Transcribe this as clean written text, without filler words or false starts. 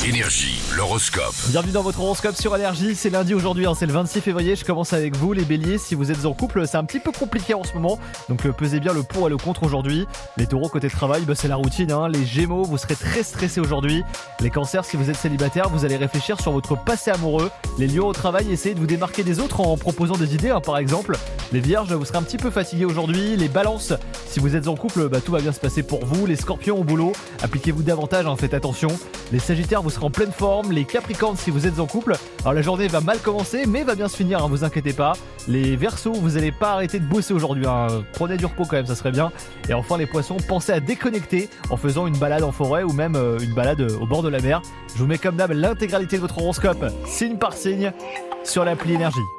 Énergie, l'horoscope. Bienvenue dans votre horoscope sur Énergie, c'est lundi aujourd'hui, c'est le 26 février, je commence avec vous les béliers. Si vous êtes en couple, c'est un petit peu compliqué en ce moment, donc pesez bien le pour et le contre aujourd'hui. Les taureaux côté travail, c'est la routine, Les gémeaux, vous serez très stressés aujourd'hui. Les cancers, si vous êtes célibataire, vous allez réfléchir sur votre passé amoureux. Les lions au travail, essayez de vous démarquer des autres en proposant des idées, par exemple. Les vierges, vous serez un petit peu fatigués aujourd'hui. Les balances, si vous êtes en couple, tout va bien se passer pour vous. Les scorpions au boulot, appliquez-vous davantage, faites attention. Les sagittaires, vous serez en pleine forme. Les capricornes, si vous êtes en couple, alors la journée va mal commencer mais va bien se finir, vous inquiétez pas. Les verseaux, vous n'allez pas arrêter de bosser aujourd'hui, prenez du repos quand même, ça serait bien. Et enfin les poissons, pensez à déconnecter en faisant une balade en forêt ou même une balade au bord de la mer. Je vous mets comme d'hab l'intégralité de votre horoscope signe par signe sur l'appli Énergie.